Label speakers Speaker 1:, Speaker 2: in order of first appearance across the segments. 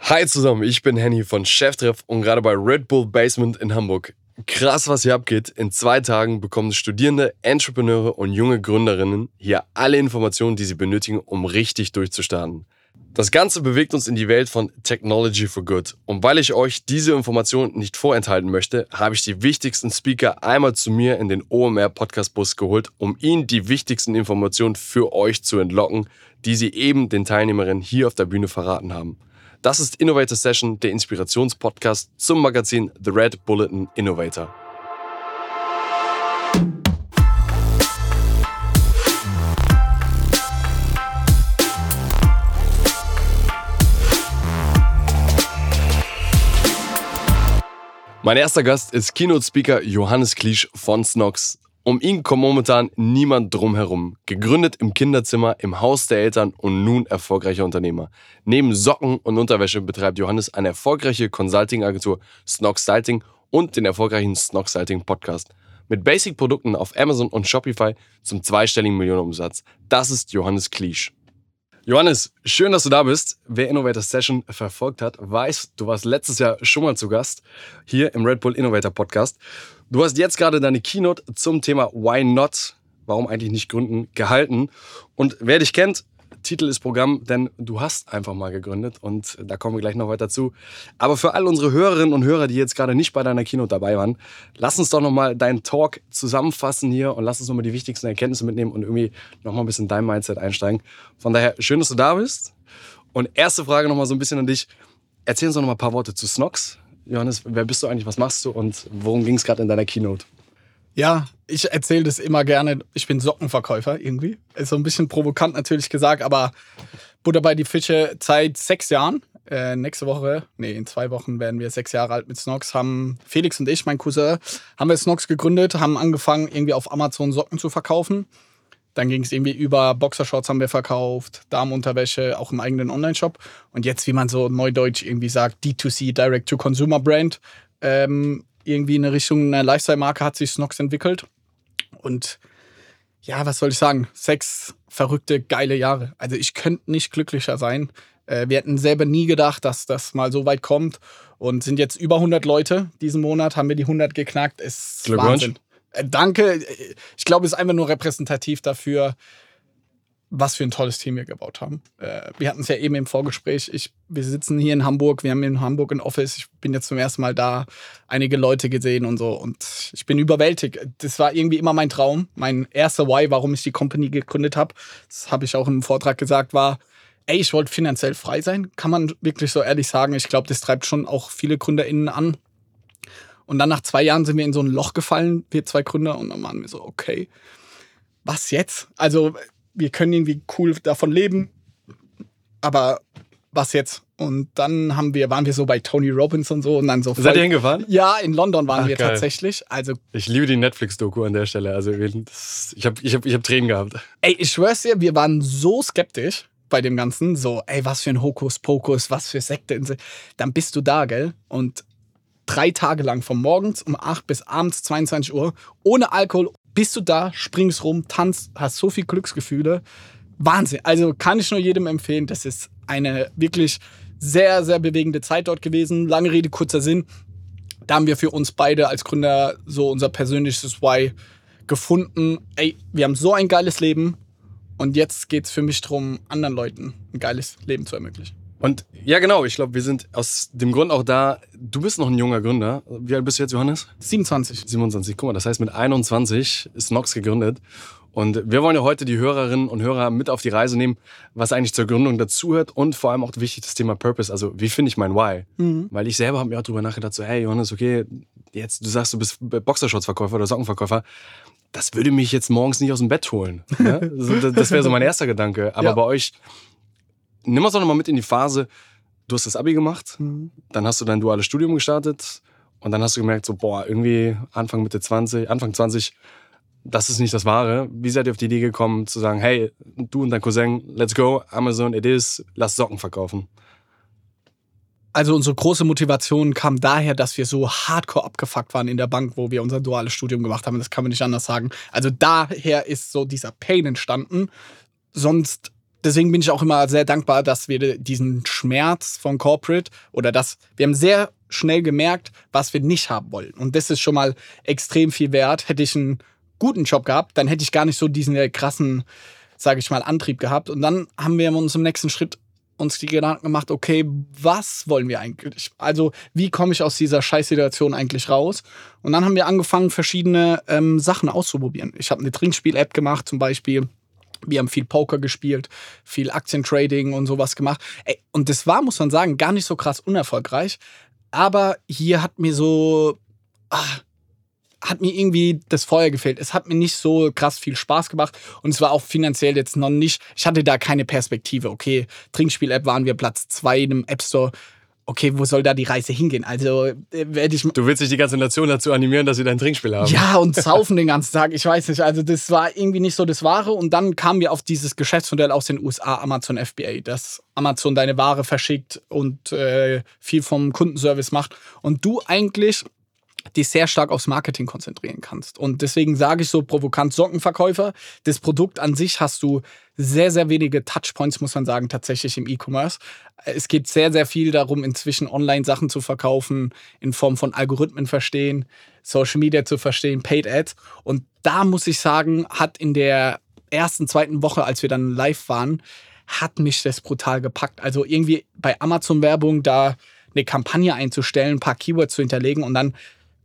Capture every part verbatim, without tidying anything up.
Speaker 1: Hi zusammen, ich bin Henny von Cheftreff und gerade bei Red Bull Basement in Hamburg. Krass, was hier abgeht. In zwei Tagen bekommen Studierende, Entrepreneure und junge Gründerinnen hier alle Informationen, die sie benötigen, um richtig durchzustarten. Das Ganze bewegt uns in die Welt von Technology for Good. Und weil ich euch diese Informationen nicht vorenthalten möchte, habe ich die wichtigsten Speaker einmal zu mir in den O M R Podcast Bus geholt, um ihnen die wichtigsten Informationen für euch zu entlocken, die sie eben den Teilnehmerinnen hier auf der Bühne verraten haben. Das ist Innovator Session, der Inspirationspodcast zum Magazin The Red Bulletin Innovator. Mein erster Gast ist Keynote-Speaker Johannes Kliesch von Snox. Um ihn kommt momentan niemand drum herum. Gegründet im Kinderzimmer, im Haus der Eltern und nun erfolgreicher Unternehmer. Neben Socken und Unterwäsche betreibt Johannes eine erfolgreiche Consulting-Agentur Snox Styling und den erfolgreichen Snox Styling Podcast. Mit Basic-Produkten auf Amazon und Shopify zum zweistelligen Millionenumsatz. Das ist Johannes Kliesch. Johannes, schön, dass du da bist. Wer Innovator Session verfolgt hat, weiß, du warst letztes Jahr schon mal zu Gast hier im Red Bull Innovator Podcast. Du hast jetzt gerade deine Keynote zum Thema Why Not, warum eigentlich nicht gründen, gehalten. Und wer dich kennt, Titel ist Programm, denn du hast einfach mal gegründet und da kommen wir gleich noch weiter zu. Aber für all unsere Hörerinnen und Hörer, die jetzt gerade nicht bei deiner Keynote dabei waren, lass uns doch nochmal deinen Talk zusammenfassen hier und lass uns nochmal die wichtigsten Erkenntnisse mitnehmen und irgendwie nochmal ein bisschen in dein Mindset einsteigen. Von daher, schön, dass du da bist. Und erste Frage nochmal so ein bisschen an dich. Erzähl uns doch noch mal ein paar Worte zu Snox. Johannes, wer bist du eigentlich, was machst du und worum ging es gerade in deiner Keynote?
Speaker 2: Ja, ich erzähle das immer gerne. Ich bin Sockenverkäufer irgendwie. Ist so ein bisschen provokant natürlich gesagt, aber Butter bei die Fische seit sechs Jahren. Äh, nächste Woche, nee, in zwei Wochen werden wir sechs Jahre alt mit Snox. Haben Felix und ich, mein Cousin, haben wir Snox gegründet, haben angefangen, irgendwie auf Amazon Socken zu verkaufen. Dann ging es irgendwie über Boxershorts haben wir verkauft, Damenunterwäsche, auch im eigenen Online-Shop. Und jetzt, wie man so neudeutsch irgendwie sagt, D zwei C, Direct-to-Consumer-Brand, ähm, irgendwie in eine Richtung einer Lifestyle-Marke hat sich Snox entwickelt. Und ja, was soll ich sagen? Sechs verrückte, geile Jahre. Also ich könnte nicht glücklicher sein. Äh, wir hätten selber nie gedacht, dass das mal so weit kommt. Und sind jetzt über hundert Leute. Diesen Monat haben wir die hundert geknackt. Ist Wahnsinn. Äh, danke. Ich glaube, es ist einfach nur repräsentativ dafür, was für ein tolles Team wir gebaut haben. Äh, wir hatten es ja eben im Vorgespräch. Ich, wir sitzen hier in Hamburg. Wir haben in Hamburg ein Office. Ich bin jetzt zum ersten Mal da. Einige Leute gesehen und so. Und ich bin überwältigt. Das war irgendwie immer mein Traum. Mein erster Why, warum ich die Company gegründet habe, das habe ich auch im Vortrag gesagt, war, ey, ich wollte finanziell frei sein. Kann man wirklich so ehrlich sagen. Ich glaube, das treibt schon auch viele GründerInnen an. Und dann nach zwei Jahren sind wir in so ein Loch gefallen, wir zwei Gründer. Und dann waren wir so, okay, was jetzt? Also wir können irgendwie cool davon leben, aber was jetzt? Und dann haben wir, waren wir so bei Tony Robbins und so und dann so.
Speaker 1: Seid ihr hingefahren?
Speaker 2: Ja, in London waren
Speaker 1: Ach,
Speaker 2: wir
Speaker 1: geil.
Speaker 2: tatsächlich. Also
Speaker 1: Ich liebe die Netflix-Doku an der Stelle. Also das, ich habe ich hab, ich hab Tränen gehabt.
Speaker 2: ey, ich schwör's dir, wir waren so skeptisch bei dem Ganzen. So, ey, was für ein Hokuspokus, was für Sekte. Dann bist du da, gell? Und drei Tage lang, von morgens um acht bis abends zweiundzwanzig Uhr, ohne Alkohol, bist du da, springst rum, tanzt, hast so viel Glücksgefühle. Wahnsinn. Also kann ich nur jedem empfehlen. Das ist eine wirklich sehr, sehr bewegende Zeit dort gewesen. Lange Rede, kurzer Sinn. Da haben wir für uns beide als Gründer so unser persönliches Why gefunden. Ey, wir haben so ein geiles Leben und jetzt geht es für mich darum, anderen Leuten ein geiles Leben zu ermöglichen.
Speaker 1: Und ja, genau, ich glaube, wir sind aus dem Grund auch da. Du bist noch ein junger Gründer. Wie alt bist du jetzt, Johannes?
Speaker 2: siebenundzwanzig.
Speaker 1: siebenundzwanzig. Guck mal, das heißt, mit einundzwanzig ist Snox gegründet. Und wir wollen ja heute die Hörerinnen und Hörer mit auf die Reise nehmen, was eigentlich zur Gründung dazugehört und vor allem auch wichtig das Thema Purpose. Also, wie finde ich mein Why? Mhm. Weil ich selber habe mir auch drüber nachgedacht, so, hey, Johannes, okay, jetzt, du sagst, du bist Boxershorts-Verkäufer oder Sockenverkäufer. Das würde mich jetzt morgens nicht aus dem Bett holen. Ne? Das wäre so mein erster Gedanke. Aber ja. Bei euch, nimm uns doch nochmal mit in die Phase, du hast das Abi gemacht, mhm. Dann hast du dein duales Studium gestartet und dann hast du gemerkt, so, boah, irgendwie Anfang, Mitte zwanzig, Anfang zwanzig, das ist nicht das Wahre. Wie seid ihr auf die Idee gekommen, zu sagen, hey, du und dein Cousin, let's go, Amazon, it is, lass Socken verkaufen?
Speaker 2: Also unsere große Motivation kam daher, dass wir so hardcore abgefuckt waren in der Bank, wo wir unser duales Studium gemacht haben. Das kann man nicht anders sagen. Also daher ist so dieser Pain entstanden. Sonst deswegen bin ich auch immer sehr dankbar, dass wir diesen Schmerz von Corporate oder das, wir haben sehr schnell gemerkt, was wir nicht haben wollen. Und das ist schon mal extrem viel wert. Hätte ich einen guten Job gehabt, dann hätte ich gar nicht so diesen krassen, sage ich mal, Antrieb gehabt. Und dann haben wir uns im nächsten Schritt uns die Gedanken gemacht, okay, was wollen wir eigentlich? Also wie komme ich aus dieser Scheißsituation eigentlich raus? Und dann haben wir angefangen, verschiedene ähm, Sachen auszuprobieren. Ich habe eine Trinkspiel-App gemacht zum Beispiel. Wir haben viel Poker gespielt, viel Aktientrading und sowas gemacht. Ey, und das war, muss man sagen, gar nicht so krass unerfolgreich. Aber hier hat mir so... Ah, hat mir irgendwie das Feuer gefehlt. Es hat mir nicht so krass viel Spaß gemacht und es war auch finanziell jetzt noch nicht, ich hatte da keine Perspektive. Okay, Trinkspiel-App waren wir Platz zwei im App Store. Okay, wo soll da die Reise hingehen? Also äh, werde ich...
Speaker 1: Du willst dich die ganze Nation dazu animieren, dass sie dein Trinkspiel haben.
Speaker 2: Ja, und saufen den ganzen Tag. Ich weiß nicht, also das war irgendwie nicht so das Wahre. Und dann kamen wir auf dieses Geschäftsmodell aus den U S A, Amazon F B A, dass Amazon deine Ware verschickt und äh, viel vom Kundenservice macht. Und du eigentlich... dich sehr stark aufs Marketing konzentrieren kannst. Und deswegen sage ich so provokant Sockenverkäufer. Das Produkt an sich hast du sehr, sehr wenige Touchpoints, muss man sagen, tatsächlich im E-Commerce. Es geht sehr, sehr viel darum, inzwischen Online-Sachen zu verkaufen, in Form von Algorithmen verstehen, Social Media zu verstehen, Paid Ads. Und da muss ich sagen, hat in der ersten, zweiten Woche, als wir dann live waren, hat mich das brutal gepackt. Also irgendwie bei Amazon-Werbung da eine Kampagne einzustellen, ein paar Keywords zu hinterlegen und dann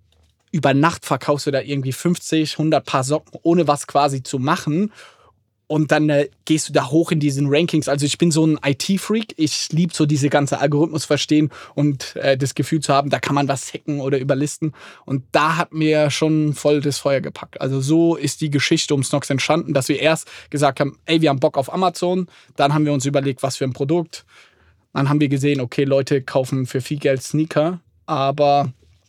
Speaker 2: über Nacht verkaufst du da irgendwie fünfzig, hundert Paar Socken, ohne was quasi zu machen. Und dann äh, gehst du da hoch in diesen Rankings. Also ich bin so ein I T-Freak. Ich liebe so diese ganze Algorithmus verstehen und äh, das Gefühl zu haben, da kann man was hacken oder überlisten. Und da hat mir schon voll das Feuer gepackt. Also so ist die Geschichte um Snox entstanden, dass wir erst gesagt haben, ey, wir haben Bock auf Amazon. Dann haben wir uns überlegt, was für ein Produkt. Dann haben wir gesehen, okay, Leute kaufen für viel Geld Sneaker, aber...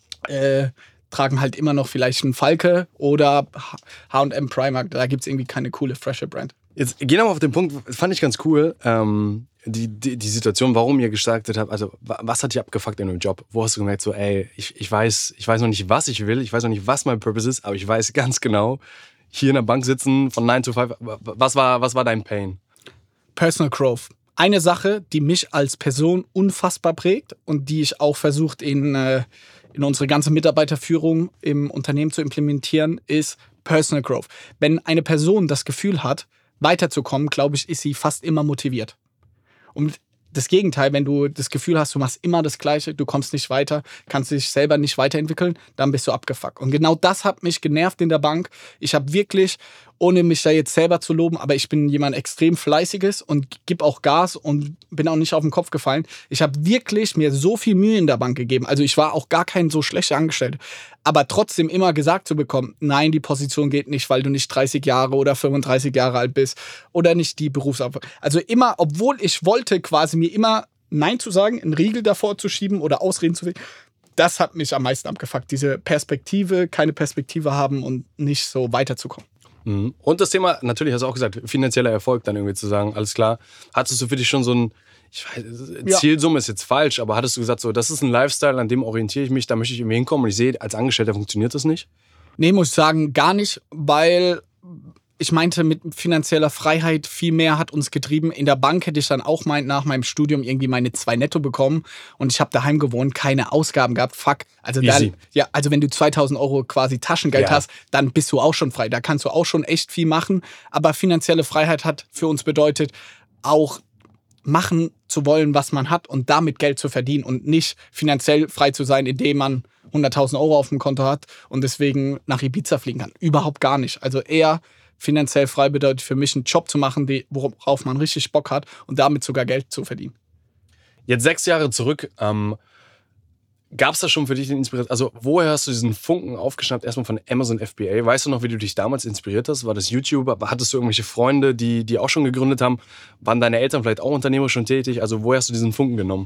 Speaker 2: Äh, tragen halt immer noch vielleicht einen Falke oder H und M Primark. Da gibt es irgendwie keine coole, frische Brand.
Speaker 1: Jetzt gehen wir mal auf den Punkt, fand ich ganz cool, ähm, die, die, die Situation, warum ihr gestartet habt. Also was hat dich abgefuckt in dem Job? Wo hast du gemerkt, so ey, ich, ich, weiß, ich weiß noch nicht, was ich will, ich weiß noch nicht, was mein Purpose ist, aber ich weiß ganz genau, hier in der Bank sitzen von nine to five, was war, was war dein Pain?
Speaker 2: Personal Growth. Eine Sache, die mich als Person unfassbar prägt und die ich auch versucht in... Äh, in unsere ganze Mitarbeiterführung im Unternehmen zu implementieren, ist Personal Growth. Wenn eine Person das Gefühl hat, weiterzukommen, glaube ich, ist sie fast immer motiviert. Und das Gegenteil, wenn du das Gefühl hast, du machst immer das Gleiche, du kommst nicht weiter, kannst dich selber nicht weiterentwickeln, dann bist du abgefuckt. Und genau das hat mich genervt in der Bank. Ich habe wirklich, ohne mich da jetzt selber zu loben, aber ich bin jemand extrem Fleißiges und gebe auch Gas und bin auch nicht auf den Kopf gefallen. Ich habe wirklich mir so viel Mühe in der Bank gegeben. Also ich war auch gar kein so schlechter Angestellter. Aber trotzdem immer gesagt zu bekommen, nein, die Position geht nicht, weil du nicht dreißig Jahre oder fünfunddreißig Jahre alt bist oder nicht die Berufserfahrung. Also immer, obwohl ich wollte quasi mir immer Nein zu sagen, einen Riegel davor zu schieben oder Ausreden zu wählen, das hat mich am meisten abgefuckt. Diese Perspektive, keine Perspektive haben und nicht so weiterzukommen.
Speaker 1: Mhm. Und das Thema, natürlich hast du auch gesagt, finanzieller Erfolg dann irgendwie zu sagen, alles klar. Hattest du für dich schon so ein, ich weiß, Zielsumme ist jetzt falsch, aber hattest du gesagt, so, das ist ein Lifestyle, an dem orientiere ich mich, da möchte ich irgendwie hinkommen und ich sehe, als Angestellter funktioniert das nicht?
Speaker 2: Nee, muss ich sagen, gar nicht, weil ich meinte, mit finanzieller Freiheit viel mehr hat uns getrieben. In der Bank hätte ich dann auch mein, nach meinem Studium irgendwie meine zwei Netto bekommen und ich habe daheim gewohnt, keine Ausgaben gehabt. Fuck. Also, dann, ja, also wenn du zweitausend Euro quasi Taschengeld ja. hast, dann bist du auch schon frei. Da kannst du auch schon echt viel machen. Aber finanzielle Freiheit hat für uns bedeutet, auch machen zu wollen, was man hat und damit Geld zu verdienen und nicht finanziell frei zu sein, indem man hunderttausend Euro auf dem Konto hat und deswegen nach Ibiza fliegen kann. Überhaupt gar nicht. Also eher finanziell frei bedeutet für mich, einen Job zu machen, die, worauf man richtig Bock hat und damit sogar Geld zu verdienen.
Speaker 1: Jetzt sechs Jahre zurück, ähm, gab es da schon für dich eine Inspiration? Also woher hast du diesen Funken aufgeschnappt? Erstmal von Amazon F B A. Weißt du noch, wie du dich damals inspiriert hast? War das YouTube? Hattest du irgendwelche Freunde, die, die auch schon gegründet haben? Waren deine Eltern vielleicht auch unternehmerisch schon tätig? Also woher hast du diesen Funken genommen?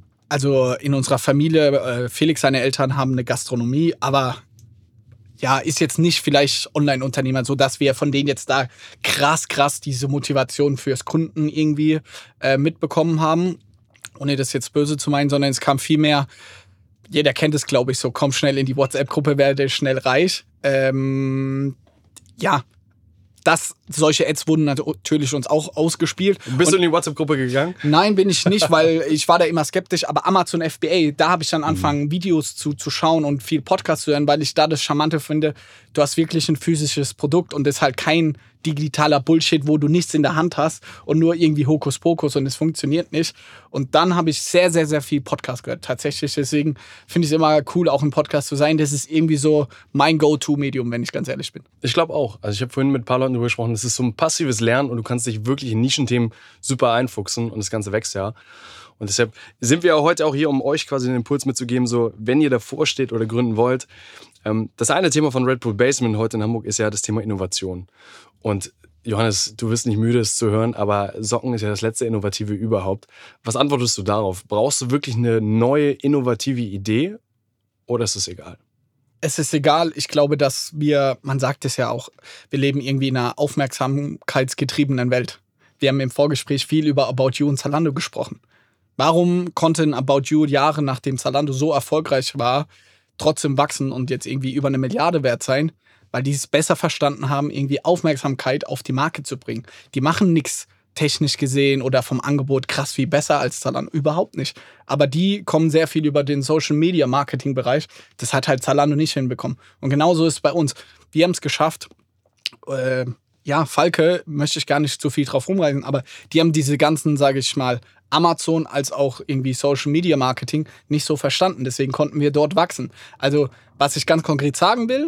Speaker 2: Also in unserer Familie, äh, Felix, seine Eltern haben eine Gastronomie, aber ja, ist jetzt nicht vielleicht Online-Unternehmer, so dass wir von denen jetzt da krass, krass diese Motivation fürs Kunden irgendwie äh, mitbekommen haben. Ohne das jetzt böse zu meinen, sondern es kam viel mehr, jeder kennt es, glaube ich, so, komm schnell in die WhatsApp-Gruppe, werde schnell reich. Ähm, ja, das, solche Ads wurden natürlich uns auch ausgespielt.
Speaker 1: Bist
Speaker 2: und
Speaker 1: du in die WhatsApp-Gruppe gegangen?
Speaker 2: Nein, bin ich nicht, weil ich war da immer skeptisch. Aber Amazon F B A, da habe ich dann angefangen, mhm. Videos zu, zu schauen und viel Podcast zu hören, weil ich da das Charmante finde, du hast wirklich ein physisches Produkt und es ist halt kein digitaler Bullshit, wo du nichts in der Hand hast und nur irgendwie Hokuspokus und es funktioniert nicht. Und dann habe ich sehr, sehr, sehr viel Podcast gehört, tatsächlich. Deswegen finde ich es immer cool, auch im Podcast zu sein. Das ist irgendwie so mein Go-To-Medium, wenn ich ganz ehrlich bin.
Speaker 1: Ich glaube auch. Also ich habe vorhin mit ein paar Leuten darüber gesprochen, das ist so ein passives Lernen und du kannst dich wirklich in Nischenthemen super einfuchsen und das Ganze wächst ja. Und deshalb sind wir auch heute auch hier, um euch quasi den Impuls mitzugeben, so wenn ihr davor steht oder gründen wollt. Ähm, das eine Thema von Red Bull Basement heute in Hamburg ist ja das Thema Innovation. Und Johannes, du wirst nicht müde, es zu hören, aber Socken ist ja das letzte Innovative überhaupt. Was antwortest du darauf? Brauchst du wirklich eine neue, innovative Idee oder ist es egal?
Speaker 2: Es ist egal. Ich glaube, dass wir, man sagt es ja auch, wir leben irgendwie in einer aufmerksamkeitsgetriebenen Welt. Wir haben im Vorgespräch viel über About You und Zalando gesprochen. Warum konnten About You Jahre nachdem Zalando so erfolgreich war, trotzdem wachsen und jetzt irgendwie über eine Milliarde wert sein? Weil die es besser verstanden haben, irgendwie Aufmerksamkeit auf die Marke zu bringen. Die machen nichts technisch gesehen oder vom Angebot krass viel besser als Zalando. Überhaupt nicht. Aber die kommen sehr viel über den Social-Media-Marketing-Bereich. Das hat halt Zalando nicht hinbekommen. Und genauso ist es bei uns. Wir haben es geschafft. Äh, ja, Falke möchte ich gar nicht so viel drauf rumreisen, aber die haben diese ganzen, sage ich mal, Amazon als auch irgendwie Social-Media-Marketing nicht so verstanden. Deswegen konnten wir dort wachsen. Also, was ich ganz konkret sagen will,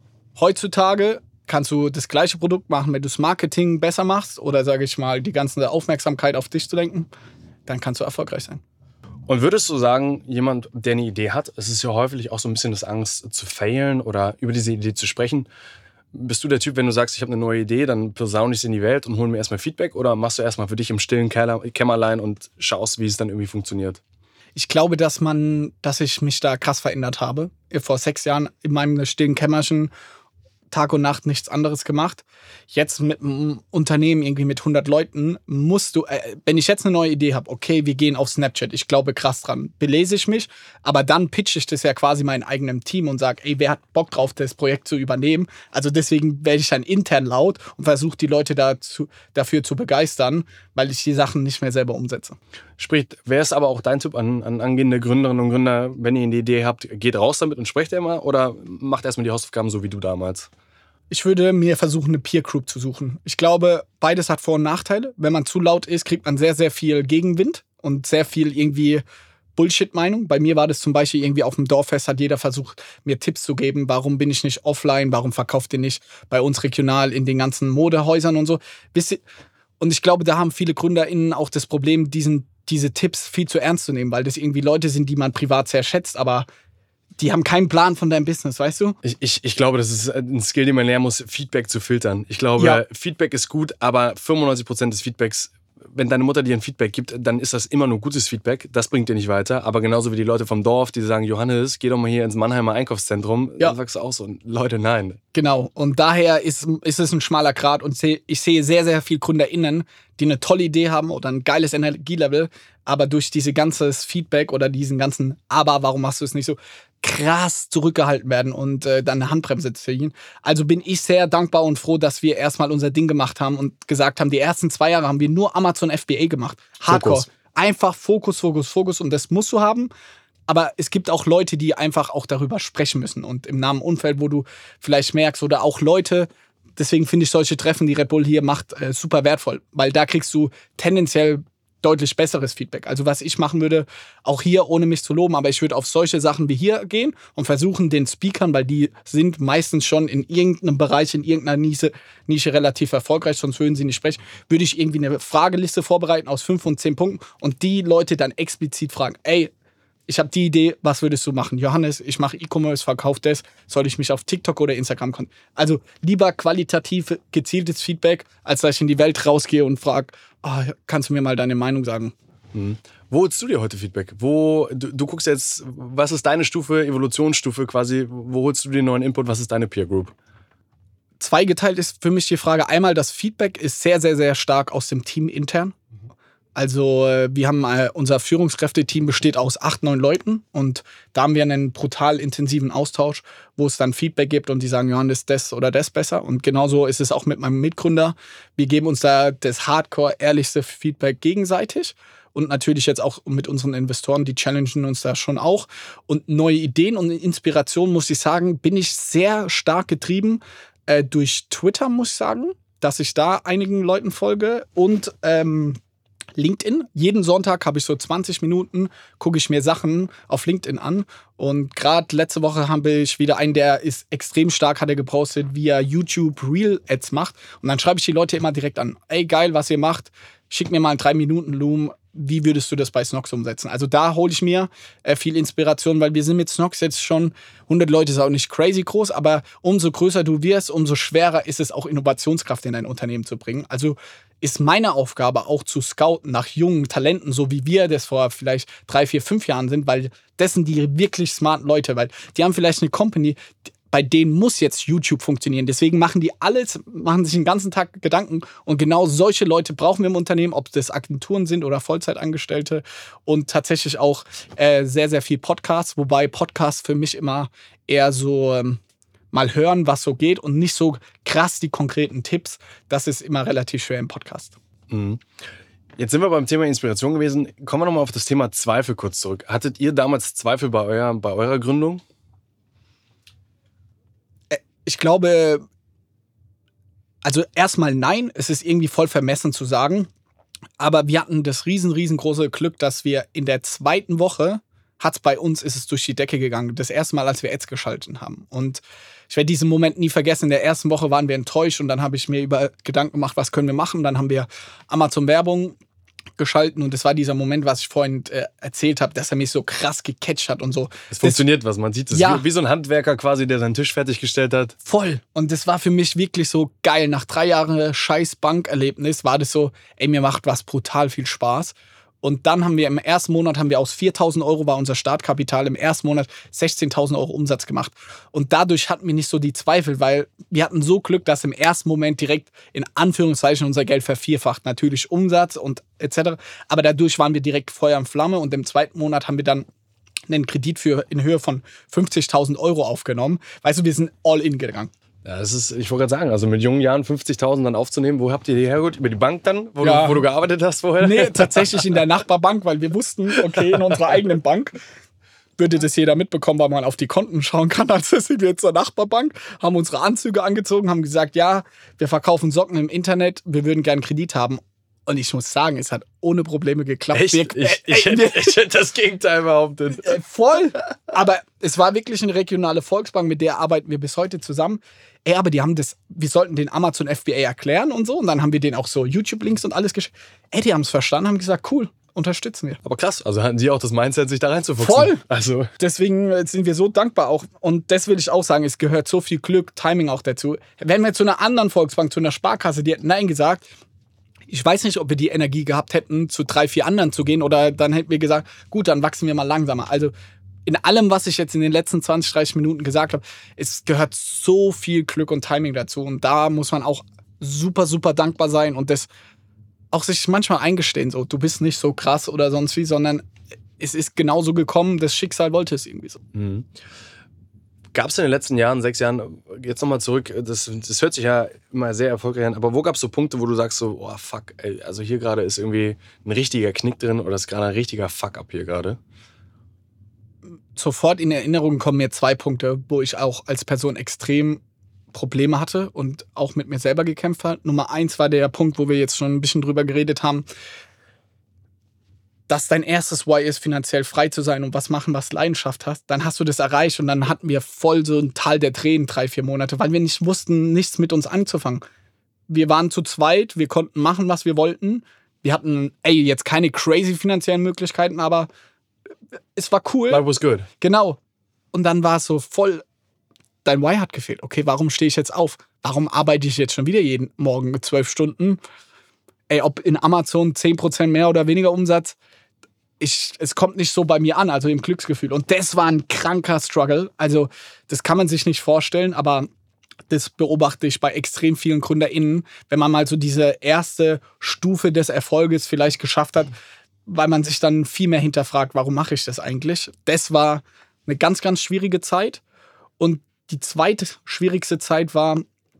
Speaker 2: heutzutage kannst du das gleiche Produkt machen, wenn du das Marketing besser machst oder, sage ich mal, die ganze Aufmerksamkeit auf dich zu lenken, dann kannst du erfolgreich sein.
Speaker 1: Und würdest du sagen, jemand, der eine Idee hat, es ist ja häufig auch so ein bisschen das Angst zu failen oder über diese Idee zu sprechen. Bist du der Typ, wenn du sagst, ich habe eine neue Idee, dann posaune ich sie in die Welt und hol mir erstmal Feedback oder machst du erstmal für dich im stillen Kämmerlein und schaust, wie es dann irgendwie funktioniert?
Speaker 2: Ich glaube, dass man, dass ich mich da krass verändert habe. Vor sechs Jahren in meinem stillen Kämmerchen Tag und Nacht nichts anderes gemacht. Jetzt mit einem Unternehmen irgendwie mit hundert Leuten musst du, äh, wenn ich jetzt eine neue Idee habe, okay, wir gehen auf Snapchat, ich glaube krass dran, belese ich mich, aber dann pitche ich das ja quasi meinem eigenen Team und sage, ey, wer hat Bock drauf, das Projekt zu übernehmen? Also deswegen werde ich dann intern laut und versuche die Leute dazu, dafür zu begeistern, weil ich die Sachen nicht mehr selber umsetze.
Speaker 1: Sprich, wäre es aber auch dein Tipp an, an angehende Gründerinnen und Gründer, wenn ihr eine Idee habt, geht raus damit und sprecht immer oder macht erstmal die Hausaufgaben so wie du damals?
Speaker 2: Ich würde mir versuchen, eine Peer Group zu suchen. Ich glaube, beides hat Vor- und Nachteile. Wenn man zu laut ist, kriegt man sehr, sehr viel Gegenwind und sehr viel irgendwie Bullshit-Meinung. Bei mir war das zum Beispiel irgendwie auf dem Dorffest, hat jeder versucht, mir Tipps zu geben. Warum bin ich nicht offline? Warum verkauft ihr nicht bei uns regional in den ganzen Modehäusern und so? Und ich glaube, da haben viele GründerInnen auch das Problem, diesen, diese Tipps viel zu ernst zu nehmen, weil das irgendwie Leute sind, die man privat sehr schätzt, aber die haben keinen Plan von deinem Business, weißt du?
Speaker 1: Ich, ich, ich glaube, das ist ein Skill, den man lernen muss, Feedback zu filtern. Ich glaube,
Speaker 2: ja.
Speaker 1: Feedback ist gut, aber fünfundneunzig Prozent des Feedbacks, wenn deine Mutter dir ein Feedback gibt, dann ist das immer nur gutes Feedback. Das bringt dir nicht weiter. Aber genauso wie die Leute vom Dorf, die sagen, Johannes, geh doch mal hier ins Mannheimer Einkaufszentrum. Ja. Dann sagst du auch so, Leute, nein.
Speaker 2: Genau. Und daher ist, ist es ein schmaler Grat. Und ich sehe sehr, sehr viele GründerInnen, die eine tolle Idee haben oder ein geiles Energielevel, aber durch diese ganzes Feedback oder diesen ganzen Aber, warum machst du es nicht so, krass zurückgehalten werden und äh, dann eine Handbremse ziehen. Also bin ich sehr dankbar und froh, dass wir erstmal unser Ding gemacht haben und gesagt haben, die ersten zwei Jahre haben wir nur Amazon F B A gemacht. Hardcore. Fokus. Einfach Fokus, Fokus, Fokus und das musst du haben. Aber es gibt auch Leute, die einfach auch darüber sprechen müssen und im Namen Umfeld, wo du vielleicht merkst oder auch Leute, deswegen finde ich solche Treffen, die Red Bull hier macht, äh, super wertvoll, weil da kriegst du tendenziell deutlich besseres Feedback. Also was ich machen würde, auch hier, ohne mich zu loben, aber ich würde auf solche Sachen wie hier gehen und versuchen, den Speakern, weil die sind meistens schon in irgendeinem Bereich, in irgendeiner Nische, Nische relativ erfolgreich, sonst würden sie nicht sprechen, würde ich irgendwie eine Frageliste vorbereiten aus fünf und zehn Punkten und die Leute dann explizit fragen, ey, ich habe die Idee, was würdest du machen? Johannes, ich mache E-Commerce, verkaufe das. Soll ich mich auf TikTok oder Instagram konzentrieren? Also lieber qualitativ gezieltes Feedback, als dass ich in die Welt rausgehe und frage, oh, kannst du mir mal deine Meinung sagen?
Speaker 1: Mhm. Wo holst du dir heute Feedback? Wo, du, du guckst jetzt, was ist deine Stufe, Evolutionsstufe quasi? Wo holst du den neuen Input? Was ist deine Peer Group?
Speaker 2: Zweigeteilt ist für mich die Frage. Einmal, das Feedback ist sehr, sehr, sehr stark aus dem Team intern. Also wir haben, äh, unser Führungskräfteteam besteht aus acht, neun Leuten und da haben wir einen brutal intensiven Austausch, wo es dann Feedback gibt und die sagen, Johannes, das oder das besser. Und genauso ist es auch mit meinem Mitgründer. Wir geben uns da das hardcore, ehrlichste Feedback gegenseitig und natürlich jetzt auch mit unseren Investoren, die challengen uns da schon auch. Und neue Ideen und Inspiration, muss ich sagen, bin ich sehr stark getrieben äh, durch Twitter, muss ich sagen, dass ich da einigen Leuten folge und ähm, LinkedIn. Jeden Sonntag habe ich so zwanzig Minuten, gucke ich mir Sachen auf LinkedIn an. Und gerade letzte Woche habe ich wieder einen, der ist extrem stark, hat er gepostet, wie er YouTube Real Ads macht. Und dann schreibe ich die Leute immer direkt an. Ey, geil, was ihr macht. Schick mir mal einen drei Minuten Loom. Wie würdest du das bei Snox umsetzen? Also da hole ich mir äh, viel Inspiration, weil wir sind mit Snox jetzt schon, hundert Leute ist auch nicht crazy groß, aber umso größer du wirst, umso schwerer ist es auch Innovationskraft in dein Unternehmen zu bringen. Also ist meine Aufgabe auch zu scouten nach jungen Talenten, so wie wir das vor vielleicht drei, vier, fünf Jahren sind, weil das sind die wirklich smarten Leute, weil die haben vielleicht eine Company, bei denen muss jetzt YouTube funktionieren. Deswegen machen die alles, machen sich den ganzen Tag Gedanken. Und genau solche Leute brauchen wir im Unternehmen, ob das Agenturen sind oder Vollzeitangestellte. Und tatsächlich auch äh, sehr, sehr viel Podcasts. Wobei Podcasts für mich immer eher so ähm, mal hören, was so geht und nicht so krass die konkreten Tipps. Das ist immer relativ schwer im Podcast.
Speaker 1: Mhm. Jetzt sind wir beim Thema Inspiration gewesen. Kommen wir nochmal auf das Thema Zweifel kurz zurück. Hattet ihr damals Zweifel bei, euer, bei eurer Gründung?
Speaker 2: Ich glaube, also erstmal nein, es ist irgendwie voll vermessen zu sagen, aber wir hatten das riesen, riesengroße Glück, dass wir in der zweiten Woche, hat's bei uns, ist es durch die Decke gegangen, das erste Mal, als wir Ads geschalten haben. Und ich werde diesen Moment nie vergessen, in der ersten Woche waren wir enttäuscht und dann habe ich mir über Gedanken gemacht, was können wir machen. Dann haben wir Amazon-Werbung geschalten und das war dieser Moment, was ich vorhin äh, erzählt habe, dass er mich so krass gecatcht hat und so.
Speaker 1: Es funktioniert was, man sieht es
Speaker 2: ja,
Speaker 1: wie, wie so ein Handwerker quasi, der seinen Tisch fertiggestellt hat.
Speaker 2: Voll. Und das war für mich wirklich so geil. Nach drei Jahren scheiß Bankerlebnis war das so, ey, mir macht was brutal viel Spaß. Und dann haben wir im ersten Monat, haben wir aus viertausend Euro war unser Startkapital, im ersten Monat sechzehntausend Euro Umsatz gemacht. Und dadurch hatten wir nicht so die Zweifel, weil wir hatten so Glück, dass im ersten Moment direkt in Anführungszeichen unser Geld vervierfacht. Natürlich Umsatz und et cetera. Aber dadurch waren wir direkt Feuer und Flamme. Und im zweiten Monat haben wir dann einen Kredit für in Höhe von fünfzigtausend Euro aufgenommen. Weißt du, wir sind all in gegangen.
Speaker 1: Ja, das ist, ich wollte gerade sagen, also mit jungen Jahren fünfzigtausend dann aufzunehmen, wo habt ihr die hergeholt? Über die Bank dann, wo,
Speaker 2: ja.
Speaker 1: du, wo du gearbeitet hast vorher?
Speaker 2: Nee, tatsächlich in der Nachbarbank, weil wir wussten, okay, in unserer eigenen Bank würde das jeder mitbekommen, weil man auf die Konten schauen kann. Also sind wir zur Nachbarbank, haben unsere Anzüge angezogen, haben gesagt, ja, wir verkaufen Socken im Internet, wir würden gern Kredit haben. Und ich muss sagen, es hat ohne Probleme geklappt.
Speaker 1: Echt?
Speaker 2: Wir,
Speaker 1: ich, ich, hätte, ich hätte das Gegenteil behauptet.
Speaker 2: Äh, voll. Aber es war wirklich eine regionale Volksbank, mit der arbeiten wir bis heute zusammen. Ey, aber die haben das, wir sollten den Amazon F B A erklären und so. Und dann haben wir denen auch so YouTube-Links und alles geschickt. Ey, die haben es verstanden, haben gesagt, cool, unterstützen wir.
Speaker 1: Aber krass, also hatten sie auch das Mindset, sich da reinzufuchsen.
Speaker 2: Voll.
Speaker 1: Also.
Speaker 2: Deswegen sind wir so dankbar auch. Und das will ich auch sagen, es gehört so viel Glück, Timing auch dazu. Wenn wir zu einer anderen Volksbank, zu einer Sparkasse, die hätten Nein gesagt, ich weiß nicht, ob wir die Energie gehabt hätten, zu drei, vier anderen zu gehen oder dann hätten wir gesagt, gut, dann wachsen wir mal langsamer. Also in allem, was ich jetzt in den letzten zwanzig, dreißig Minuten gesagt habe, es gehört so viel Glück und Timing dazu. Und da muss man auch super, super dankbar sein und das auch sich manchmal eingestehen, so, du bist nicht so krass oder sonst wie, sondern es ist genauso gekommen, das Schicksal wollte es irgendwie so.
Speaker 1: Mhm. Gab es in den letzten Jahren, sechs Jahren, jetzt nochmal zurück, das, das hört sich ja immer sehr erfolgreich an, aber wo gab es so Punkte, wo du sagst so, oh fuck, ey, also hier gerade ist irgendwie ein richtiger Knick drin oder ist gerade ein richtiger Fuck-up hier gerade?
Speaker 2: Sofort in Erinnerung kommen mir zwei Punkte, wo ich auch als Person extrem Probleme hatte und auch mit mir selber gekämpft habe. Nummer eins war der Punkt, wo wir jetzt schon ein bisschen drüber geredet haben, dass dein erstes Why ist, finanziell frei zu sein und was machen, was Leidenschaft hast, dann hast du das erreicht und dann hatten wir voll so ein Tal der Tränen drei, vier Monate, weil wir nicht wussten, nichts mit uns anzufangen. Wir waren zu zweit, wir konnten machen, was wir wollten. Wir hatten, ey, jetzt keine crazy finanziellen Möglichkeiten, aber es war cool.
Speaker 1: Life was good.
Speaker 2: Genau. Und dann war es so voll, dein Why hat gefehlt. Okay, warum stehe ich jetzt auf? Warum arbeite ich jetzt schon wieder jeden Morgen zwölf Stunden? Ey, ob in Amazon zehn Prozent mehr oder weniger Umsatz, ich, es kommt nicht so bei mir an, also im Glücksgefühl. Und das war ein kranker Struggle. Also das kann man sich nicht vorstellen, aber das beobachte ich bei extrem vielen GründerInnen, wenn man mal so diese erste Stufe des Erfolges vielleicht geschafft hat, weil man sich dann viel mehr hinterfragt, warum mache ich das eigentlich? Das war eine ganz, ganz schwierige Zeit. Und die zweite schwierigste Zeit war,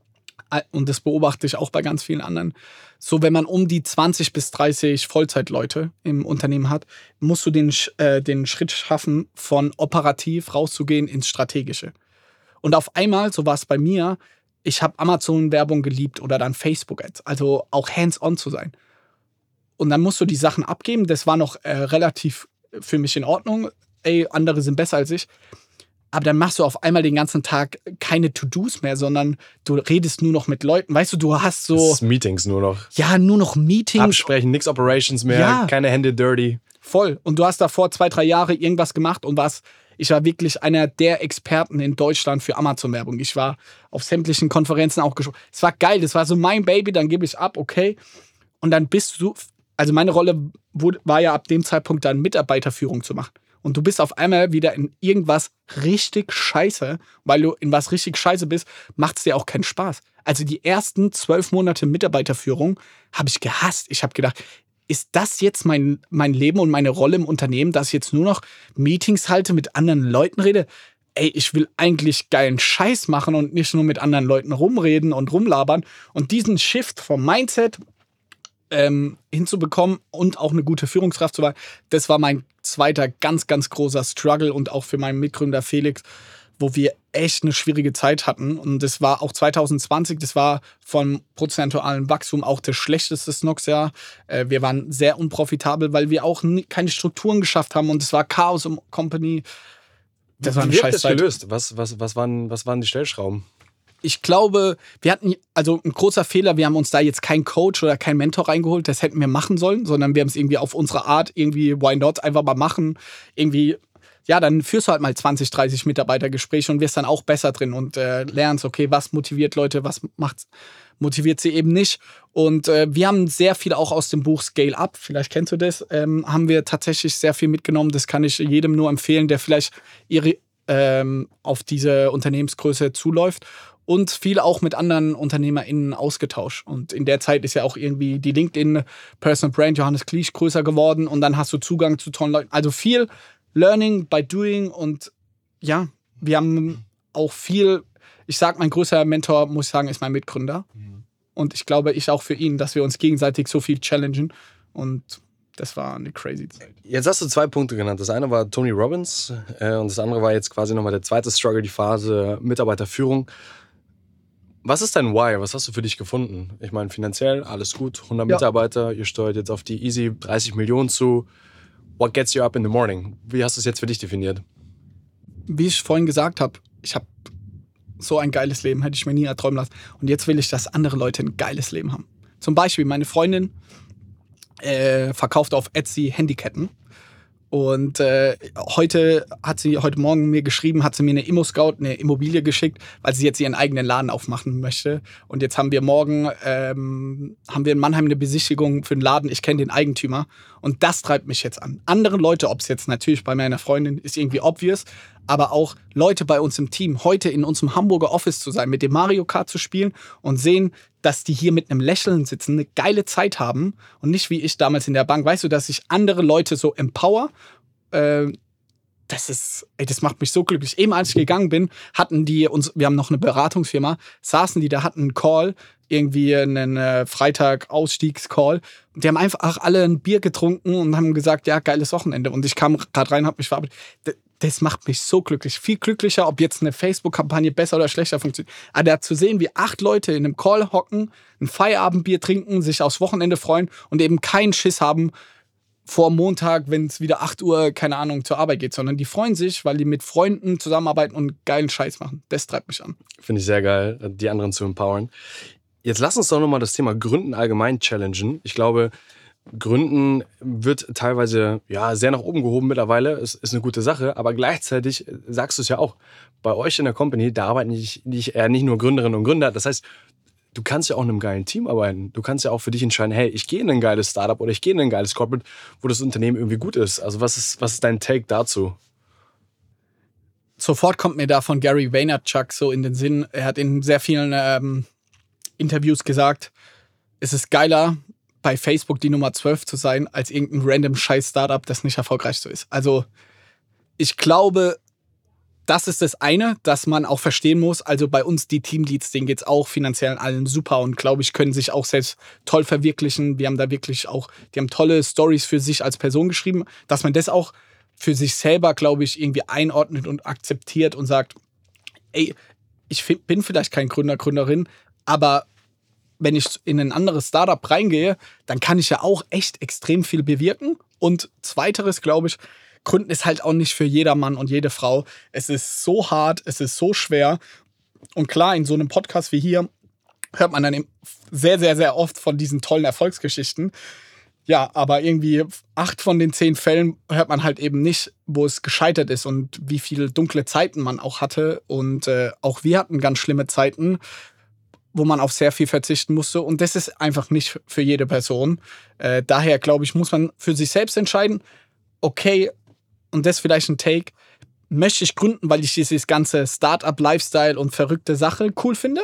Speaker 2: und das beobachte ich auch bei ganz vielen anderen, so wenn man um die zwanzig bis dreißig Vollzeitleute im Unternehmen hat, musst du den, äh, den Schritt schaffen, von operativ rauszugehen ins Strategische. Und auf einmal, so war es bei mir, ich habe Amazon-Werbung geliebt oder dann Facebook-Ads, also auch hands-on zu sein. Und dann musst du die Sachen abgeben, das war noch äh, relativ für mich in Ordnung, ey, andere sind besser als ich. Aber dann machst du auf einmal den ganzen Tag keine To-Dos mehr, sondern du redest nur noch mit Leuten. Weißt du, du hast so...
Speaker 1: Das ist Meetings nur noch.
Speaker 2: Ja, nur noch Meetings.
Speaker 1: Absprechen, nix Operations mehr, ja. Keine Hände dirty.
Speaker 2: Voll. Und du hast davor zwei, drei Jahre irgendwas gemacht und warst... Ich war wirklich einer der Experten in Deutschland für Amazon-Werbung. Ich war auf sämtlichen Konferenzen auch gesprochen. Es war geil, das war so mein Baby, dann gebe ich ab, okay. Und dann bist du... Also meine Rolle wurde, war ja ab dem Zeitpunkt dann Mitarbeiterführung zu machen. Und du bist auf einmal wieder in irgendwas richtig scheiße, weil du in was richtig scheiße bist, macht es dir auch keinen Spaß. Also die ersten zwölf Monate Mitarbeiterführung habe ich gehasst. Ich habe gedacht, ist das jetzt mein, mein Leben und meine Rolle im Unternehmen, dass ich jetzt nur noch Meetings halte, mit anderen Leuten rede? Ey, ich will eigentlich geilen Scheiß machen und nicht nur mit anderen Leuten rumreden und rumlabern. Und diesen Shift vom Mindset ähm, hinzubekommen und auch eine gute Führungskraft zu sein, das war mein zweiter ganz, ganz großer Struggle und auch für meinen Mitgründer Felix, wo wir echt eine schwierige Zeit hatten. Und das war auch zwanzig zwanzig, das war vom prozentualen Wachstum auch das schlechteste Snox-Jahr. Äh, wir waren sehr unprofitabel, weil wir auch nie, keine Strukturen geschafft haben und es war Chaos im Company.
Speaker 1: Das war eine Scheißzeit. Wie habt ihr das gelöst? Was, was, was, waren, was waren die Stellschrauben?
Speaker 2: Ich glaube, wir hatten, also ein großer Fehler, wir haben uns da jetzt keinen Coach oder keinen Mentor reingeholt, das hätten wir machen sollen, sondern wir haben es irgendwie auf unsere Art, irgendwie, why not, einfach mal machen, irgendwie, ja, dann führst du halt mal zwanzig, dreißig Mitarbeitergespräche und wirst dann auch besser drin und äh, lernst, okay, was motiviert Leute, was macht, motiviert sie eben nicht. Und äh, wir haben sehr viel auch aus dem Buch Scale Up, vielleicht kennst du das, ähm, haben wir tatsächlich sehr viel mitgenommen, das kann ich jedem nur empfehlen, der vielleicht ihre, ähm, auf diese Unternehmensgröße zuläuft. Und viel auch mit anderen UnternehmerInnen ausgetauscht. Und in der Zeit ist ja auch irgendwie die LinkedIn-Personal Brand Johannes Kliesch größer geworden. Und dann hast du Zugang zu tollen Leuten. Also viel Learning by Doing. Und ja, wir haben auch viel, ich sag, mein größter Mentor, muss ich sagen, ist mein Mitgründer. Mhm. Und ich glaube, ich auch für ihn, dass wir uns gegenseitig so viel challengen. Und das war eine crazy Zeit.
Speaker 1: Jetzt hast du zwei Punkte genannt. Das eine war Tony Robbins äh, und das andere war jetzt quasi nochmal der zweite Struggle, die Phase Mitarbeiterführung. Was ist dein Why? Was hast du für dich gefunden? Ich meine, finanziell, alles gut, hundert ja. Mitarbeiter, ihr steuert jetzt auf die Easy dreißig Millionen zu. What gets you up in the morning? Wie hast du es jetzt für dich definiert?
Speaker 2: Wie ich vorhin gesagt habe, ich habe so ein geiles Leben, hätte ich mir nie erträumen lassen. Und jetzt will ich, dass andere Leute ein geiles Leben haben. Zum Beispiel, meine Freundin äh, verkauft auf Etsy Handyketten. Und äh, heute hat sie, heute Morgen mir geschrieben, hat sie mir eine Immo-Scout, eine Immobilie geschickt, weil sie jetzt ihren eigenen Laden aufmachen möchte. Und jetzt haben wir morgen, ähm, haben wir in Mannheim eine Besichtigung für den Laden. Ich kenne den Eigentümer. Und das treibt mich jetzt an. Andere Leute, ob es jetzt natürlich bei meiner Freundin ist irgendwie obvious, aber auch Leute bei uns im Team, heute in unserem Hamburger Office zu sein, mit dem Mario Kart zu spielen und sehen, dass die hier mit einem Lächeln sitzen, eine geile Zeit haben und nicht wie ich damals in der Bank. Weißt du, dass ich andere Leute so empower? Äh, das ist, ey, das macht mich so glücklich. Eben als ich gegangen bin, hatten die uns, wir haben noch eine Beratungsfirma, saßen die da, hatten einen Call, irgendwie einen äh, Freitag-Ausstiegscall. Und die haben einfach alle ein Bier getrunken und haben gesagt, ja, geiles Wochenende. Und ich kam gerade rein, hab mich verabredet. Das macht mich so glücklich. Viel glücklicher, ob jetzt eine Facebook-Kampagne besser oder schlechter funktioniert. Aber da zu sehen, wie acht Leute in einem Call hocken, ein Feierabendbier trinken, sich aufs Wochenende freuen und eben keinen Schiss haben vor Montag, wenn es wieder acht Uhr, keine Ahnung, zur Arbeit geht, sondern die freuen sich, weil die mit Freunden zusammenarbeiten und geilen Scheiß machen. Das treibt mich an.
Speaker 1: Finde ich sehr geil, die anderen zu empowern. Jetzt lass uns doch nochmal das Thema Gründen allgemein challengen. Ich glaube, Gründen wird teilweise ja, sehr nach oben gehoben mittlerweile. Es ist eine gute Sache, aber gleichzeitig sagst du es ja auch. Bei euch in der Company, da arbeiten nicht, nicht, äh, nicht nur Gründerinnen und Gründer. Das heißt, du kannst ja auch in einem geilen Team arbeiten. Du kannst ja auch für dich entscheiden, hey, ich gehe in ein geiles Startup oder ich gehe in ein geiles Corporate, wo das Unternehmen irgendwie gut ist. Also was ist, was ist dein Take dazu?
Speaker 2: sofort kommt mir da von Gary Vaynerchuk so in den Sinn. Er hat in sehr vielen ähm, Interviews gesagt, es ist geiler, bei Facebook die Nummer zwölf zu sein, als irgendein random Scheiß-Startup, das nicht erfolgreich so ist. Also ich glaube, das ist das eine, dass man auch verstehen muss. Also bei uns, die Teamleads, denen geht es auch finanziell allen super und glaube ich, können sich auch selbst toll verwirklichen. Wir haben da wirklich auch, die haben tolle Stories für sich als Person geschrieben, dass man das auch für sich selber, glaube ich, irgendwie einordnet und akzeptiert und sagt, ey, ich bin vielleicht kein Gründer, Gründerin, aber wenn ich in ein anderes Startup reingehe, dann kann ich ja auch echt extrem viel bewirken. Und zweiteres, glaube ich, Gründen ist halt auch nicht für jeder Mann und jede Frau. Es ist so hart, es ist so schwer. Und klar, in so einem Podcast wie hier hört man dann sehr, sehr, sehr oft von diesen tollen Erfolgsgeschichten. Ja, aber irgendwie acht von den zehn Fällen hört man halt eben nicht, wo es gescheitert ist und wie viele dunkle Zeiten man auch hatte. Und äh, auch wir hatten ganz schlimme Zeiten, wo man auf sehr viel verzichten musste. Und das ist einfach nicht für jede Person. Äh, daher, glaube ich, muss man für sich selbst entscheiden, okay, und das ist vielleicht ein Take, möchte ich gründen, weil ich dieses ganze Startup-Lifestyle und verrückte Sache cool finde?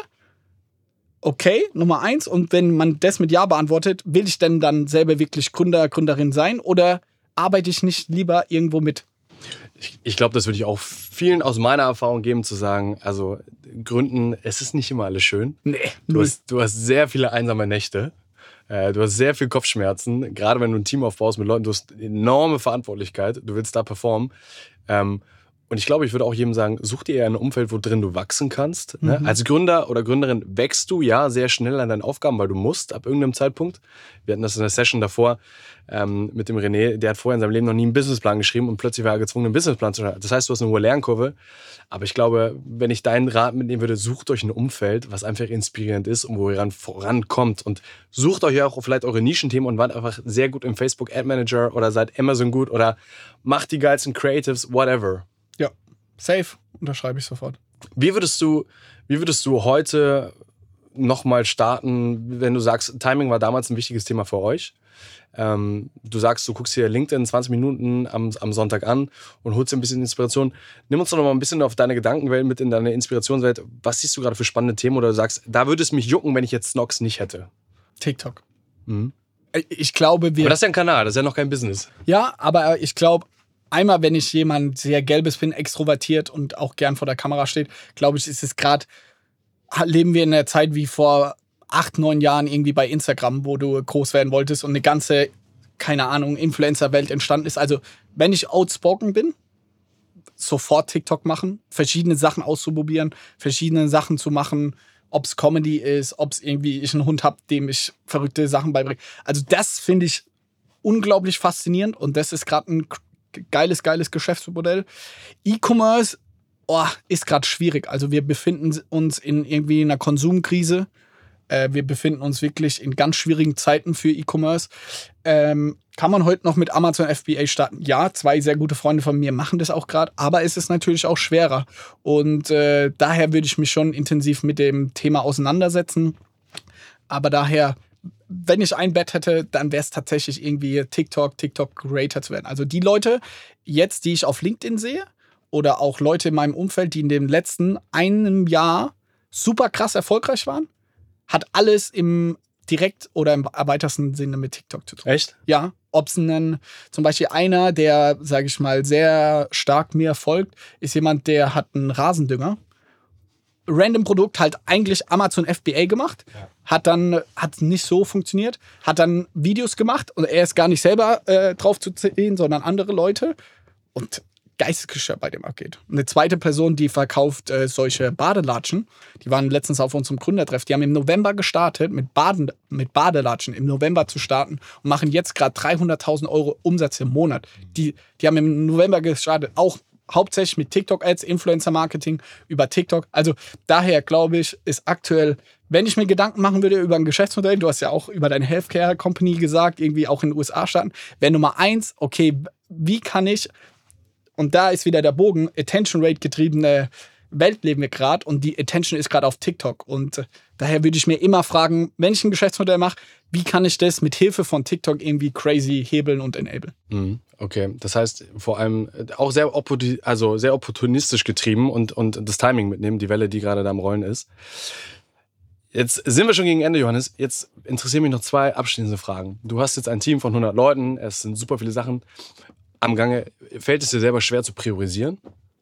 Speaker 2: Okay, Nummer eins. Und wenn man das mit Ja beantwortet, will ich denn dann selber wirklich Gründer, Gründerin sein oder arbeite ich nicht lieber irgendwo mit?
Speaker 1: Ich, ich glaube, das würde ich auch vielen aus meiner Erfahrung geben, zu sagen, also gründen, es ist nicht immer alles schön.
Speaker 2: Nee,
Speaker 1: du hast, du hast sehr viele einsame Nächte. Du hast sehr viel Kopfschmerzen, gerade wenn du ein Team aufbaust mit Leuten, du hast enorme Verantwortlichkeit, du willst da performen. Ähm, und ich glaube, ich würde auch jedem sagen, such dir eher ein Umfeld, wo drin du wachsen kannst. Ne? Mhm. Als Gründer oder Gründerin wächst du ja sehr schnell an deinen Aufgaben, weil du musst ab irgendeinem Zeitpunkt. Wir hatten das in der Session davor ähm, mit dem René, der hat vorher in seinem Leben noch nie einen Businessplan geschrieben und plötzlich war er gezwungen, einen Businessplan zu schreiben. Das heißt, du hast eine hohe Lernkurve. Aber ich glaube, wenn ich deinen Rat mitnehmen würde, sucht euch ein Umfeld, was einfach inspirierend ist und wo ihr ran, vorankommt. Und sucht euch auch vielleicht eure Nischenthemen und wart einfach sehr gut im Facebook Ad Manager oder seid Amazon gut oder macht die geilsten Creatives, whatever.
Speaker 2: Ja, safe. Unterschreibe ich sofort.
Speaker 1: Wie würdest du, wie würdest du heute nochmal starten, wenn du sagst, Timing war damals ein wichtiges Thema für euch? Ähm, du sagst, du guckst dir LinkedIn zwanzig Minuten am, am Sonntag an und holst dir ein bisschen Inspiration. Nimm uns doch noch mal ein bisschen auf deine Gedankenwelt mit in deine Inspirationswelt. Was siehst du gerade für spannende Themen oder du sagst, da würde es mich jucken, wenn ich jetzt Snox nicht hätte?
Speaker 2: TikTok.
Speaker 1: Mhm.
Speaker 2: Ich glaube, wir...
Speaker 1: Aber das ist ja ein Kanal, das ist ja noch kein Business.
Speaker 2: Ja, aber ich glaube, einmal, wenn ich jemand sehr Gelbes bin, extrovertiert und auch gern vor der Kamera steht, glaube ich, ist es gerade, leben wir in einer Zeit wie vor acht, neun Jahren irgendwie bei Instagram, wo du groß werden wolltest und eine ganze, keine Ahnung, Influencer-Welt entstanden ist. Also, wenn ich outspoken bin, sofort TikTok machen, verschiedene Sachen auszuprobieren, verschiedene Sachen zu machen, ob es Comedy ist, ob es irgendwie ich einen Hund habe, dem ich verrückte Sachen beibringe. Also, das finde ich unglaublich faszinierend und das ist gerade ein geiles, geiles Geschäftsmodell. E-Commerce oh, ist gerade schwierig. Also wir befinden uns in irgendwie einer Konsumkrise. Äh, wir befinden uns wirklich in ganz schwierigen Zeiten für E-Commerce. Ähm, kann man heute noch mit Amazon F B A starten? Ja, zwei sehr gute Freunde von mir machen das auch gerade, aber es ist natürlich auch schwerer. Und äh, daher würde ich mich schon intensiv mit dem Thema auseinandersetzen. Aber daher, wenn ich ein Bett hätte, dann wäre es tatsächlich irgendwie TikTok, TikTok-Creator zu werden. Also die Leute jetzt, die ich auf LinkedIn sehe oder auch Leute in meinem Umfeld, die in dem letzten einem Jahr super krass erfolgreich waren, hat alles im direkt oder im erweiterten Sinne mit TikTok zu tun.
Speaker 1: Echt?
Speaker 2: Ja, ob es einen, zum Beispiel einer, der, sage ich mal, sehr stark mir folgt, ist jemand, der hat einen Rasendünger. Random Produkt, halt eigentlich Amazon F B A gemacht, ja. hat dann hat nicht so funktioniert, hat dann Videos gemacht und er ist gar nicht selber äh, drauf zu sehen, sondern andere Leute und Geistesgeschirr bei dem abgeht. Eine zweite Person, die verkauft äh, solche Badelatschen, die waren letztens auf unserem Gründertreff, die haben im November gestartet, mit, Baden, mit Badelatschen im November zu starten und machen jetzt gerade dreihunderttausend Euro Umsatz im Monat. Die, die haben im November gestartet, auch hauptsächlich mit TikTok-Ads, Influencer-Marketing über TikTok. Also daher, glaube ich, ist aktuell, wenn ich mir Gedanken machen würde über ein Geschäftsmodell, du hast ja auch über deine Healthcare-Company gesagt, irgendwie auch in den U S A starten, wäre Nummer eins, okay, wie kann ich, und da ist wieder der Bogen, Attention-Rate-getriebene Welt leben wir gerade und die Attention ist gerade auf TikTok. Und äh, daher würde ich mir immer fragen, wenn ich ein Geschäftsmodell mache, wie kann ich das mit Hilfe von TikTok irgendwie crazy hebeln und enablen?
Speaker 1: Mhm. Okay, das heißt vor allem auch sehr, opportun- also sehr opportunistisch getrieben und, und das Timing mitnehmen, die Welle, die gerade da am Rollen ist. Jetzt sind wir schon gegen Ende, Johannes. Jetzt interessieren mich noch zwei abschließende Fragen. Du hast jetzt ein Team von hundert Leuten, es sind super viele Sachen am Gange. Fällt es dir selber schwer zu priorisieren?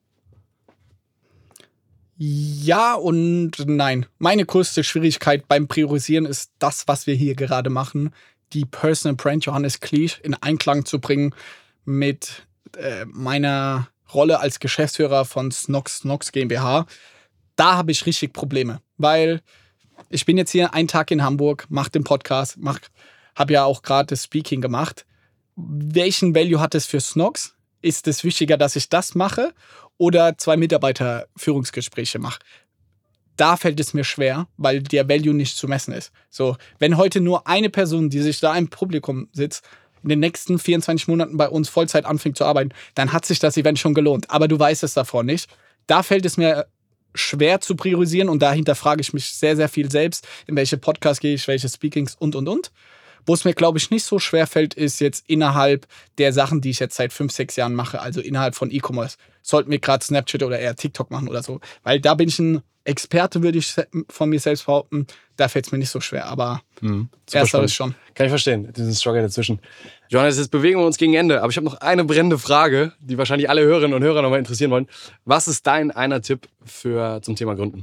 Speaker 2: Ja und nein. Meine größte Schwierigkeit beim Priorisieren ist das, was wir hier gerade machen, die Personal Brand Johannes Kliesch in Einklang zu bringen mit äh, meiner Rolle als Geschäftsführer von Snox Snox GmbH. Da habe ich richtig Probleme, weil ich bin jetzt hier einen Tag in Hamburg, mache den Podcast, habe ja auch gerade das Speaking gemacht. Welchen Value hat es für Snox? Ist es wichtiger, dass ich das mache oder zwei Mitarbeiterführungsgespräche mache? Da fällt es mir schwer, weil der Value nicht zu messen ist. So, wenn heute nur eine Person, die sich da im Publikum sitzt, in den nächsten vierundzwanzig Monaten bei uns Vollzeit anfängt zu arbeiten, dann hat sich das Event schon gelohnt. Aber du weißt es davor nicht. Da fällt es mir schwer zu priorisieren und dahinter frage ich mich sehr, sehr viel selbst, in welche Podcasts gehe ich, welche Speakings und, und, und. Wo es mir, glaube ich, nicht so schwer fällt, ist jetzt innerhalb der Sachen, die ich jetzt seit fünf, sechs Jahren mache, also innerhalb von E-Commerce. Sollten wir gerade Snapchat oder eher TikTok machen oder so. Weil da bin ich ein Experte, würde ich von mir selbst behaupten. Da fällt es mir nicht so schwer, aber mhm, ersteres schon.
Speaker 1: Kann ich verstehen, diesen Struggle dazwischen. Johannes, jetzt bewegen wir uns gegen Ende, aber ich habe noch eine brennende Frage, die wahrscheinlich alle Hörerinnen und Hörer nochmal interessieren wollen. Was ist dein einer Tipp für, zum Thema Gründen?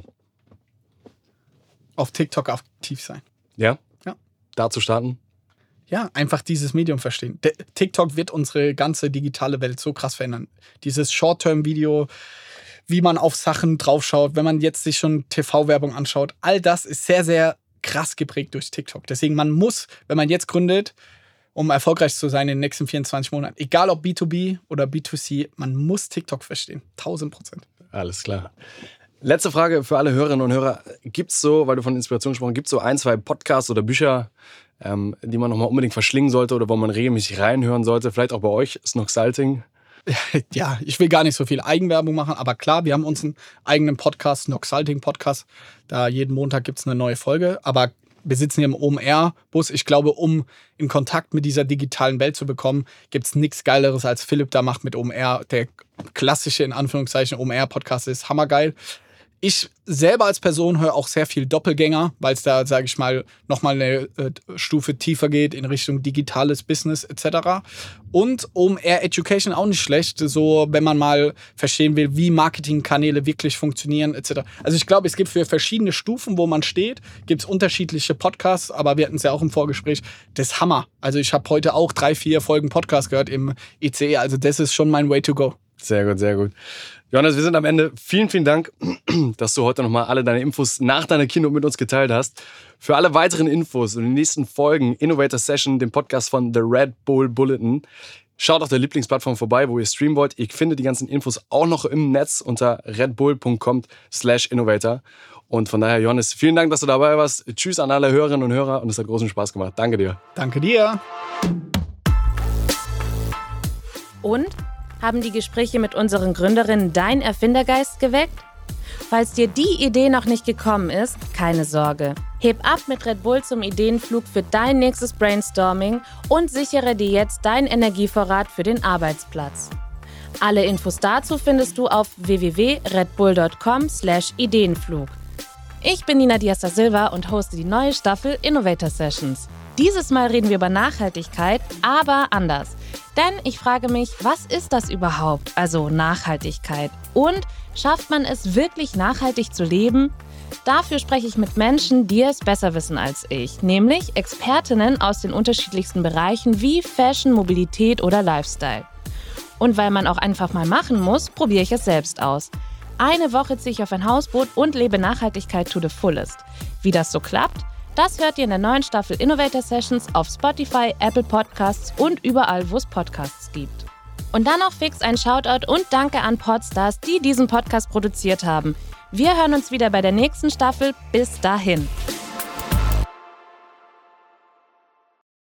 Speaker 2: Auf TikTok aktiv sein.
Speaker 1: Ja?
Speaker 2: Ja.
Speaker 1: Da zu starten?
Speaker 2: Ja, einfach dieses Medium verstehen. Der TikTok wird unsere ganze digitale Welt so krass verändern. Dieses Short-Term-Video, wie man auf Sachen draufschaut, wenn man jetzt sich schon T V-Werbung anschaut, all das ist sehr, sehr krass geprägt durch TikTok. Deswegen, man muss, wenn man jetzt gründet, um erfolgreich zu sein in den nächsten vierundzwanzig Monaten, egal ob B zwei B oder B zwei C, man muss TikTok verstehen. tausend Prozent.
Speaker 1: Alles klar. Letzte Frage für alle Hörerinnen und Hörer. Gibt es so, weil du von Inspiration gesprochen hast, gibt es so ein, zwei Podcasts oder Bücher, ähm, die man nochmal unbedingt verschlingen sollte oder wo man regelmäßig reinhören sollte? Vielleicht auch bei euch, Snoxalting.
Speaker 2: Ja, ich will gar nicht so viel Eigenwerbung machen, aber klar, wir haben uns einen eigenen Podcast, Snoxalting Podcast. Da jeden Montag gibt es eine neue Folge, aber wir sitzen hier im O M R-Bus. Ich glaube, um in Kontakt mit dieser digitalen Welt zu bekommen, gibt es nichts Geileres, als Philipp da macht mit O M R. Der klassische, in Anführungszeichen, O M R-Podcast ist hammergeil. Ich selber als Person höre auch sehr viel Doppelgänger, weil es da, sage ich mal, nochmal eine äh, Stufe tiefer geht in Richtung digitales Business et cetera. Und O M R Education auch nicht schlecht, so wenn man mal verstehen will, wie Marketingkanäle wirklich funktionieren et cetera. Also ich glaube, es gibt für verschiedene Stufen, wo man steht, gibt es unterschiedliche Podcasts, aber wir hatten es ja auch im Vorgespräch, das ist Hammer. Also ich habe heute auch drei, vier Folgen Podcast gehört im I C E, also das ist schon mein Way to go.
Speaker 1: Sehr gut, sehr gut. Johannes, wir sind am Ende. Vielen, vielen Dank, dass du heute nochmal alle deine Infos nach deiner Keynote mit uns geteilt hast. Für alle weiteren Infos und die nächsten Folgen Innovator Session, dem Podcast von The Red Bull Bulletin, schaut auf der Lieblingsplattform vorbei, wo ihr streamen wollt. Ihr findet die ganzen Infos auch noch im Netz unter redbull.com slash innovator. Und von daher, Johannes, vielen Dank, dass du dabei warst. Tschüss an alle Hörerinnen und Hörer und es hat großen Spaß gemacht. Danke dir.
Speaker 2: Danke dir.
Speaker 3: Und? Haben die Gespräche mit unseren Gründerinnen deinen Erfindergeist geweckt? Falls dir die Idee noch nicht gekommen ist, keine Sorge. Heb ab mit Red Bull zum Ideenflug für dein nächstes Brainstorming und sichere dir jetzt deinen Energievorrat für den Arbeitsplatz. Alle Infos dazu findest du auf w w w punkt redbull.com slash Ideenflug. Ich bin Nina Diaz da Silva und hoste die neue Staffel Innovator Sessions. Dieses Mal reden wir über Nachhaltigkeit, aber anders. Denn ich frage mich, was ist das überhaupt, also Nachhaltigkeit? Und schafft man es wirklich nachhaltig zu leben? Dafür spreche ich mit Menschen, die es besser wissen als ich, nämlich Expertinnen aus den unterschiedlichsten Bereichen wie Fashion, Mobilität oder Lifestyle. Und weil man auch einfach mal machen muss, probiere ich es selbst aus. Eine Woche ziehe ich auf ein Hausboot und lebe Nachhaltigkeit to the fullest. Wie das so klappt? Das hört ihr in der neuen Staffel Innovator Sessions auf Spotify, Apple Podcasts und überall, wo es Podcasts gibt. Und dann noch fix ein Shoutout und Danke an Podstars, die diesen Podcast produziert haben. Wir hören uns wieder bei der nächsten Staffel. Bis dahin.